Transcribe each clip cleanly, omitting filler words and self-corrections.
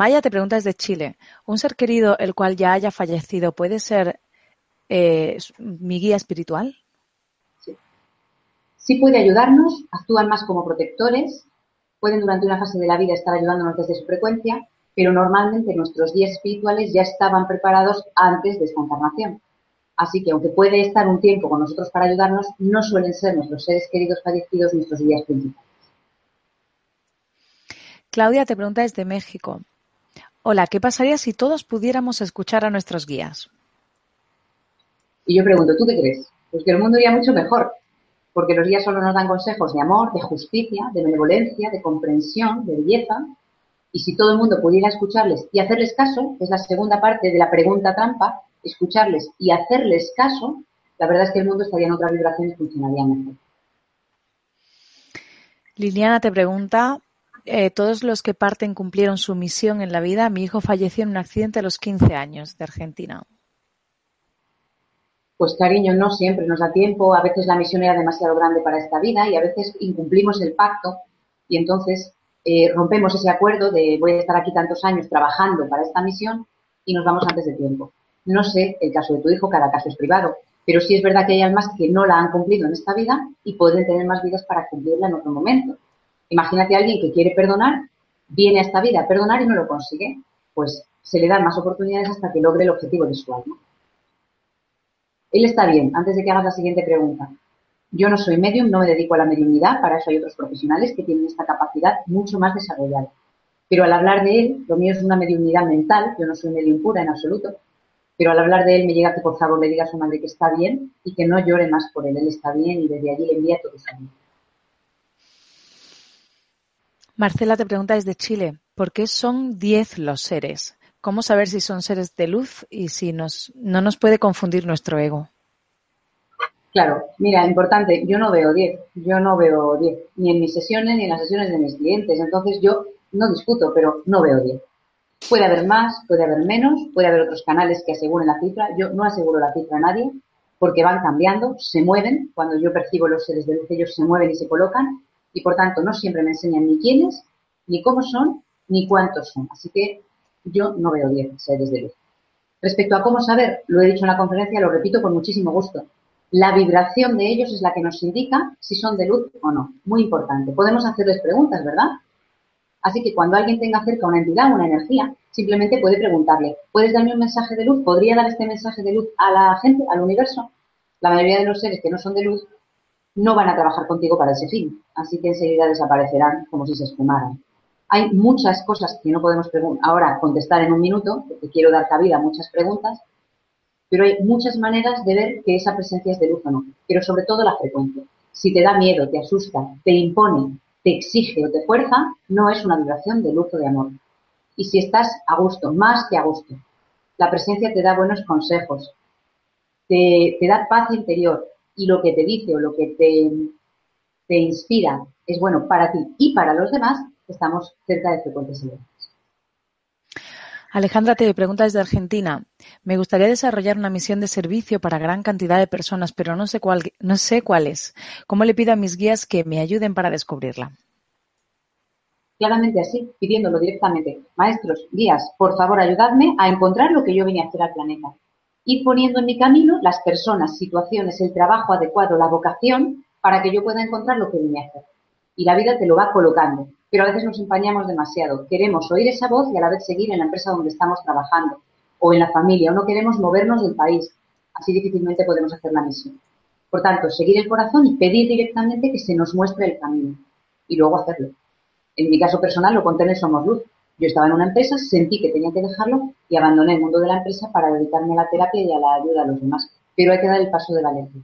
Maya te pregunta desde Chile. ¿Un ser querido el cual ya haya fallecido puede ser mi guía espiritual? Sí. Sí puede ayudarnos, actúan más como protectores, pueden durante una fase de la vida estar ayudándonos desde su frecuencia, pero normalmente nuestros guías espirituales ya estaban preparados antes de esta encarnación. Así que aunque puede estar un tiempo con nosotros para ayudarnos, no suelen ser nuestros seres queridos fallecidos nuestros guías principales. Claudia te pregunta desde México. Hola, ¿qué pasaría si todos pudiéramos escuchar a nuestros guías? Y yo pregunto, ¿tú qué crees? Pues que el mundo iría mucho mejor, porque los guías solo nos dan consejos de amor, de justicia, de benevolencia, de comprensión, de belleza. Y si todo el mundo pudiera escucharles y hacerles caso, que es la segunda parte de la pregunta trampa, escucharles y hacerles caso, la verdad es que el mundo estaría en otra vibración y funcionaría mejor. Liliana te pregunta, todos los que parten cumplieron su misión en la vida. Mi hijo falleció en un accidente a los 15 años, de Argentina. Pues cariño, no siempre nos da tiempo, a veces la misión era demasiado grande para esta vida y a veces incumplimos el pacto y entonces rompemos ese acuerdo de voy a estar aquí tantos años trabajando para esta misión y nos vamos antes de tiempo. No sé el caso de tu hijo, cada caso es privado, pero sí es verdad que hay almas que no la han cumplido en esta vida y pueden tener más vidas para cumplirla en otro momento. Imagínate a alguien que quiere perdonar, viene a esta vida a perdonar y no lo consigue, pues se le dan más oportunidades hasta que logre el objetivo de su alma. Él está bien, antes de que hagas la siguiente pregunta. Yo no soy medium, no me dedico a la mediumnidad, para eso hay otros profesionales que tienen esta capacidad mucho más desarrollada. Pero al hablar de él, lo mío es una mediumnidad mental, yo no soy medium pura en absoluto, pero al hablar de él me llega que por favor le diga a su madre que está bien y que no llore más por él está bien y desde allí le envía todo su amor. Marcela te pregunta desde Chile, ¿por qué son 10 los seres? ¿Cómo saber si son seres de luz y si no nos puede confundir nuestro ego? Claro, mira, importante, yo no veo 10, ni en mis sesiones ni en las sesiones de mis clientes, entonces yo no discuto, pero no veo 10. Puede haber más, puede haber menos, puede haber otros canales que aseguren la cifra, yo no aseguro la cifra a nadie, porque van cambiando, se mueven, cuando yo percibo los seres de luz, ellos se mueven y se colocan, y por tanto no siempre me enseñan ni quiénes, ni cómo son, ni cuántos son, así que yo no veo 10 seres de luz. Respecto a cómo saber, lo he dicho en la conferencia, lo repito con muchísimo gusto. La vibración de ellos es la que nos indica si son de luz o no. Muy importante. Podemos hacerles preguntas, ¿verdad? Así que cuando alguien tenga cerca una entidad, una energía, simplemente puede preguntarle, ¿puedes darme un mensaje de luz? ¿Podría dar este mensaje de luz a la gente, al universo? La mayoría de los seres que no son de luz no van a trabajar contigo para ese fin. Así que enseguida desaparecerán como si se esfumaran. Hay muchas cosas que no podemos ahora contestar en un minuto, porque quiero dar cabida a muchas preguntas, pero hay muchas maneras de ver que esa presencia es de luz o no, pero sobre todo la frecuencia. Si te da miedo, te asusta, te impone, te exige o te fuerza, no es una vibración de luz o de amor. Y si estás a gusto, más que a gusto, la presencia te da buenos consejos, te da paz interior y lo que te dice o lo que te inspira es bueno para ti y para los demás, estamos cerca de frecuencias elevadas. Alejandra te pregunta desde Argentina. Me gustaría desarrollar una misión de servicio para gran cantidad de personas, pero no sé cuál es. ¿Cómo le pido a mis guías que me ayuden para descubrirla? Claramente así, pidiéndolo directamente. Maestros, guías, por favor ayudadme a encontrar lo que yo vine a hacer al planeta. Ir poniendo en mi camino las personas, situaciones, el trabajo adecuado, la vocación, para que yo pueda encontrar lo que vine a hacer. Y la vida te lo va colocando. Pero a veces nos empañamos demasiado. Queremos oír esa voz y a la vez seguir en la empresa donde estamos trabajando, o en la familia, o no queremos movernos del país. Así difícilmente podemos hacer la misión. Por tanto, seguir el corazón y pedir directamente que se nos muestre el camino. Y luego hacerlo. En mi caso personal lo conté en el Somos Luz. Yo estaba en una empresa, sentí que tenía que dejarlo y abandoné el mundo de la empresa para dedicarme a la terapia y a la ayuda a los demás. Pero hay que dar el paso de valiente.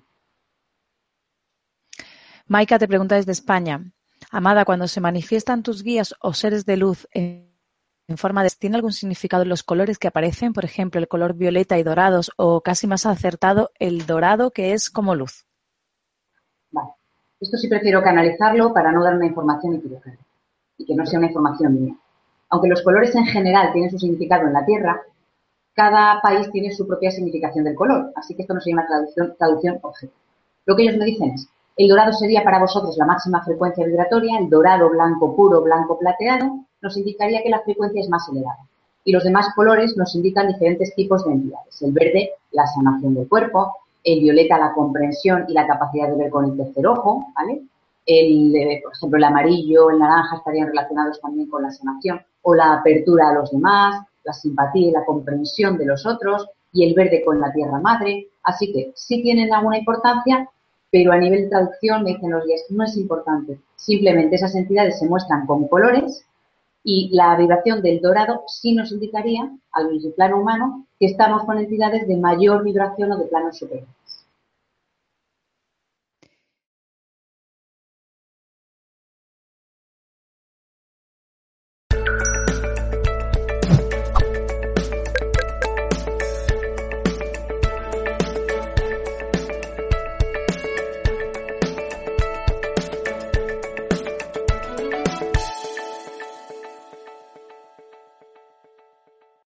Maika te pregunta desde España. Amada, cuando se manifiestan tus guías o seres de luz en forma de... ¿tiene algún significado los colores que aparecen? Por ejemplo, el color violeta y dorados o casi más acertado, el dorado que es como luz. Vale. Esto sí prefiero canalizarlo para no dar una información equivocada y que no sea una información mía. Aunque los colores en general tienen su significado en la Tierra, cada país tiene su propia significación del color, así que esto no sería una traducción objetiva. Lo que ellos me dicen es, El dorado sería para vosotros la máxima frecuencia vibratoria, el dorado blanco puro, blanco plateado, nos indicaría que la frecuencia es más elevada. Y los demás colores nos indican diferentes tipos de entidades. El verde, la sanación del cuerpo, el violeta, la comprensión y la capacidad de ver con el tercer ojo, ¿vale? Por ejemplo, el amarillo, el naranja estarían relacionados también con la sanación o la apertura a los demás, la simpatía y la comprensión de los otros, y el verde con la tierra madre. Así que sí tienen alguna importancia, pero a nivel de traducción, me dicen los guías, no es importante. Simplemente esas entidades se muestran con colores y la vibración del dorado sí nos indicaría, al plano humano, que estamos con entidades de mayor vibración o de plano superior.